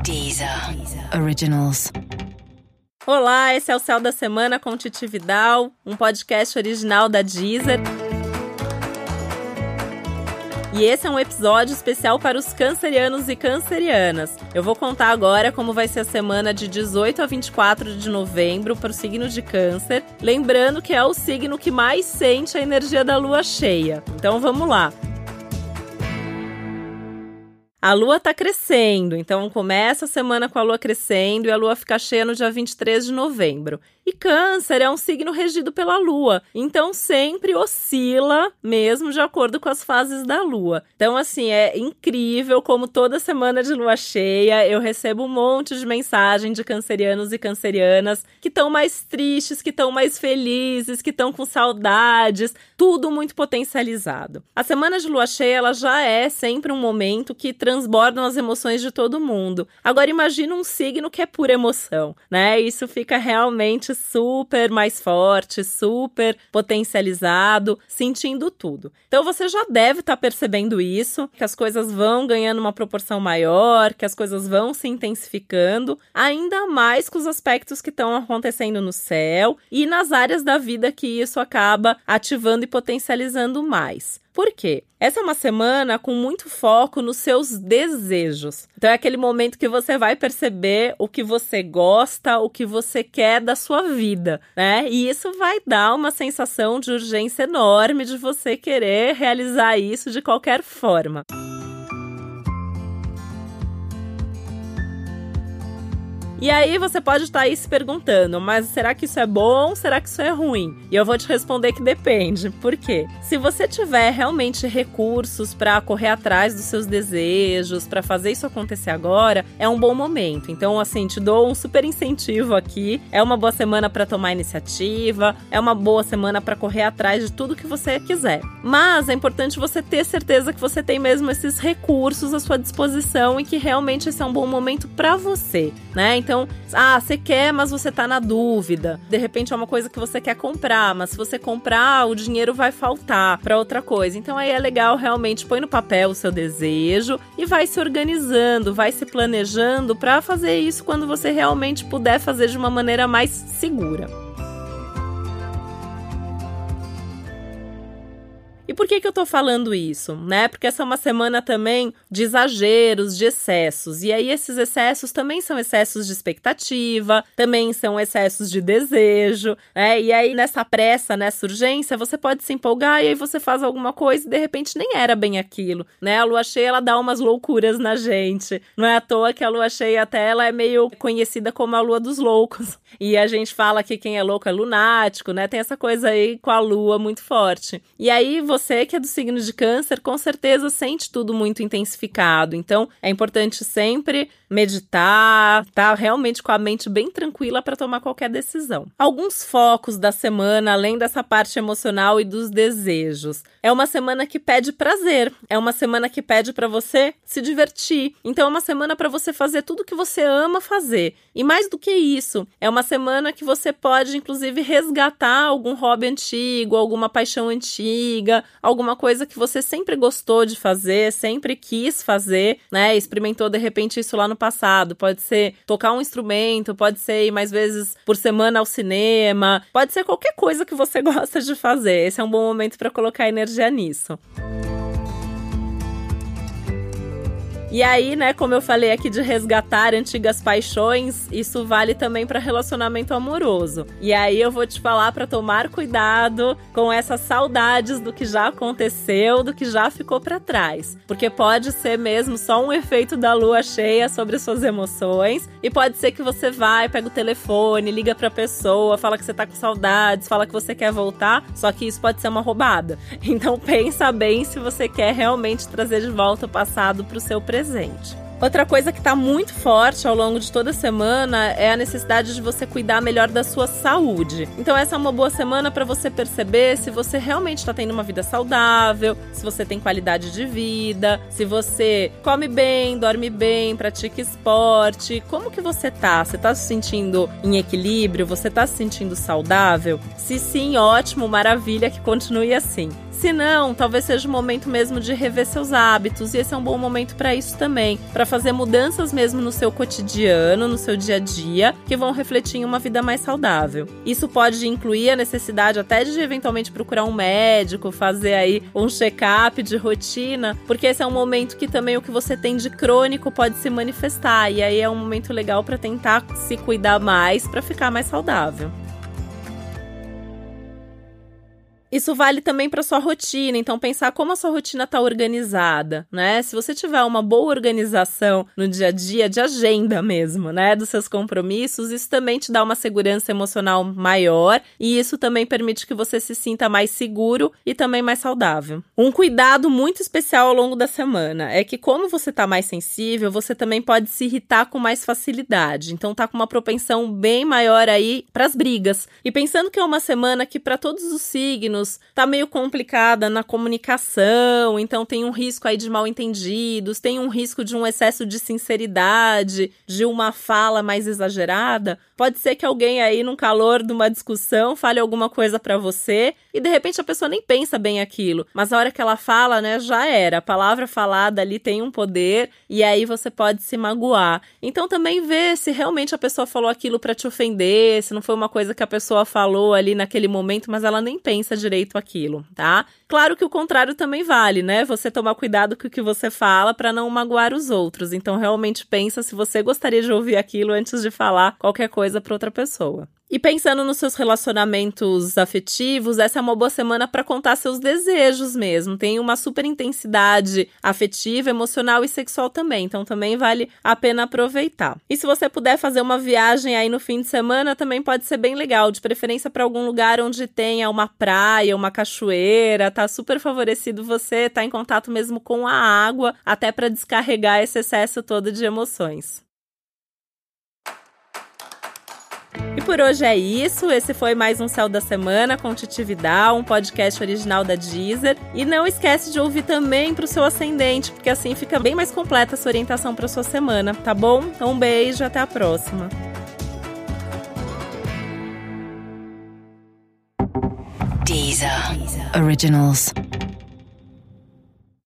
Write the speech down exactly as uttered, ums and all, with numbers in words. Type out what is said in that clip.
Deezer Originals. Olá, esse é o Céu da Semana com Titi Vidal, um podcast original da Deezer. E esse é um episódio especial para os cancerianos e cancerianas. Eu vou contar agora como vai ser a semana de dezoito a vinte e quatro de novembro para o signo de Câncer. Lembrando que é o signo que mais sente a energia da lua cheia. Então vamos lá. A lua tá crescendo, então começa a semana com a lua crescendo e a lua fica cheia no dia vinte e três de novembro. E Câncer é um signo regido pela lua, então sempre oscila mesmo de acordo com as fases da lua. Então, assim, é incrível como toda semana de lua cheia eu recebo um monte de mensagem de cancerianos e cancerianas que estão mais tristes, que estão mais felizes, que estão com saudades, tudo muito potencializado. A semana de lua cheia, ela já é sempre um momento que transbordam as emoções de todo mundo. Agora imagina um signo que é pura emoção, né? Isso fica realmente super mais forte, super potencializado, sentindo tudo. Então você já deve estar percebendo isso, que as coisas vão ganhando uma proporção maior, que as coisas vão se intensificando, ainda mais com os aspectos que estão acontecendo no céu e nas áreas da vida que isso acaba ativando e potencializando mais. Por quê? Essa é uma semana com muito foco nos seus desejos. Então é aquele momento que você vai perceber o que você gosta, o que você quer da sua vida, né? E isso vai dar uma sensação de urgência enorme de você querer realizar isso de qualquer forma. E aí você pode estar aí se perguntando, mas será que isso é bom? Será que isso é ruim? E eu vou te responder que depende. Por quê? Se você tiver realmente recursos para correr atrás dos seus desejos, para fazer isso acontecer agora, é um bom momento. Então, assim, te dou um super incentivo aqui. É uma boa semana para tomar iniciativa, é uma boa semana para correr atrás de tudo que você quiser. Mas é importante você ter certeza que você tem mesmo esses recursos à sua disposição e que realmente esse é um bom momento para você, né? Então, ah, você quer, mas você tá na dúvida. De repente é uma coisa que você quer comprar, mas se você comprar, o dinheiro vai faltar para outra coisa. Então aí é legal, realmente, põe no papel o seu desejo e vai se organizando, vai se planejando para fazer isso quando você realmente puder fazer de uma maneira mais segura. E por que que eu tô falando isso, né? Porque essa é uma semana também de exageros, de excessos. E aí esses excessos também são excessos de expectativa, também são excessos de desejo, né? E aí nessa pressa, nessa urgência, você pode se empolgar e aí você faz alguma coisa e de repente nem era bem aquilo, né? A lua cheia, ela dá umas loucuras na gente. Não é à toa que a lua cheia até ela é meio conhecida como a lua dos loucos. E a gente fala que quem é louco é lunático, né? Tem essa coisa aí com a lua muito forte. E aí você Você que é do signo de Câncer, com certeza sente tudo muito intensificado. Então, é importante sempre meditar, tá realmente com a mente bem tranquila para tomar qualquer decisão. Alguns focos da semana, além dessa parte emocional e dos desejos. É uma semana que pede prazer. É uma semana que pede para você se divertir. Então, é uma semana para você fazer tudo que você ama fazer. E mais do que isso, é uma semana que você pode, inclusive, resgatar algum hobby antigo, alguma paixão antiga, alguma coisa que você sempre gostou de fazer, sempre quis fazer, né? Experimentou de repente isso lá no passado. Pode ser tocar um instrumento, pode ser ir mais vezes por semana ao cinema, pode ser qualquer coisa que você gosta de fazer. Esse é um bom momento para colocar energia nisso. E aí, né, como eu falei aqui de resgatar antigas paixões, isso vale também para relacionamento amoroso. E aí eu vou te falar para tomar cuidado com essas saudades do que já aconteceu, do que já ficou para trás. Porque pode ser mesmo só um efeito da lua cheia sobre suas emoções e pode ser que você vai, pega o telefone, liga pra pessoa, fala que você tá com saudades, fala que você quer voltar, só que isso pode ser uma roubada. Então pensa bem se você quer realmente trazer de volta o passado pro seu presente. Outra coisa que está muito forte ao longo de toda a semana é a necessidade de você cuidar melhor da sua saúde. Então essa é uma boa semana para você perceber se você realmente está tendo uma vida saudável, se você tem qualidade de vida, se você come bem, dorme bem, pratica esporte. Como que você tá? Você tá se sentindo em equilíbrio? Você tá se sentindo saudável? Se sim, ótimo, maravilha, que continue assim. Se não, talvez seja o momento mesmo de rever seus hábitos, e esse é um bom momento para isso também, para fazer mudanças mesmo no seu cotidiano, no seu dia a dia, que vão refletir em uma vida mais saudável. Isso pode incluir a necessidade até de eventualmente procurar um médico, fazer aí um check-up de rotina, porque esse é um momento que também o que você tem de crônico pode se manifestar, e aí é um momento legal para tentar se cuidar mais, para ficar mais saudável. Isso vale também para sua rotina, então pensar como a sua rotina está organizada, né? Se você tiver uma boa organização no dia a dia, de agenda mesmo, né, dos seus compromissos, isso também te dá uma segurança emocional maior e isso também permite que você se sinta mais seguro e também mais saudável. Um cuidado muito especial ao longo da semana é que, como você está mais sensível, você também pode se irritar com mais facilidade, então tá com uma propensão bem maior aí para as brigas. E pensando que é uma semana que para todos os signos tá meio complicada na comunicação, então tem um risco aí de mal-entendidos, tem um risco de um excesso de sinceridade, de uma fala mais exagerada. Pode ser que alguém aí, num calor de uma discussão, fale alguma coisa pra você e de repente a pessoa nem pensa bem aquilo, mas a hora que ela fala, né, já era. A palavra falada ali tem um poder e aí você pode se magoar. Então também vê se realmente a pessoa falou aquilo pra te ofender, se não foi uma coisa que a pessoa falou ali naquele momento, mas ela nem pensa direito aquilo, tá? Claro que o contrário também vale, né? Você tomar cuidado com o que você fala para não magoar os outros. Então, realmente pensa se você gostaria de ouvir aquilo antes de falar qualquer coisa para outra pessoa. E pensando nos seus relacionamentos afetivos, essa é uma boa semana para contar seus desejos mesmo. Tem uma super intensidade afetiva, emocional e sexual também. Então também vale a pena aproveitar. E se você puder fazer uma viagem aí no fim de semana, também pode ser bem legal. De preferência para algum lugar onde tenha uma praia, uma cachoeira. Tá super favorecido você estar em contato mesmo com a água, até para descarregar esse excesso todo de emoções. E por hoje é isso, esse foi mais um Céu da Semana com Titi Vidal, um podcast original da Deezer. E não esquece de ouvir também para o seu ascendente, porque assim fica bem mais completa essa orientação para sua semana, tá bom? Então um beijo, até a próxima. Deezer. Originals.